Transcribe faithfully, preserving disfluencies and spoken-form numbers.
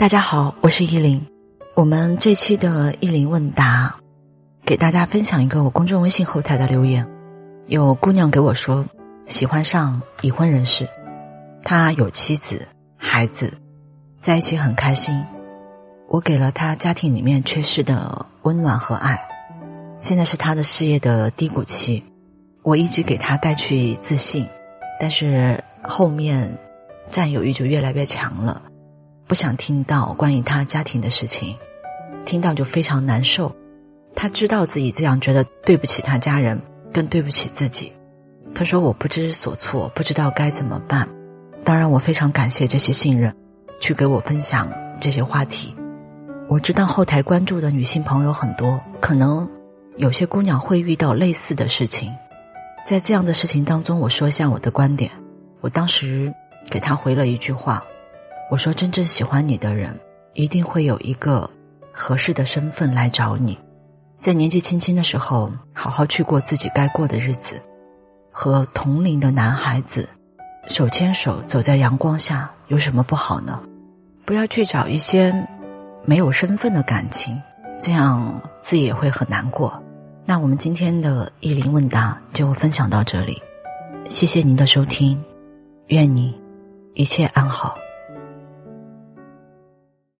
大家好，我是依林。我们这期的依林问答，给大家分享一个我公众微信后台的留言。有姑娘给我说，喜欢上已婚人士，他有妻子孩子，在一起很开心。我给了他家庭里面缺失的温暖和爱，现在是他的事业的低谷期。我一直给他带去自信，但是后面占有欲就越来越强了，不想听到关于他家庭的事情，听到就非常难受。他知道自己这样觉得对不起他家人，更对不起自己。他说我不知所措，不知道该怎么办。当然我非常感谢这些信任，去给我分享这些话题。我知道后台关注的女性朋友很多，可能有些姑娘会遇到类似的事情。在这样的事情当中，我说一下我的观点。我当时给她回了一句话，我说真正喜欢你的人一定会有一个合适的身份来找你，在年纪轻轻的时候好好去过自己该过的日子，和同龄的男孩子手牵手走在阳光下有什么不好呢？不要去找一些没有身份的感情，这样自己也会很难过。那我们今天的依林问答就分享到这里，谢谢您的收听，愿你一切安好。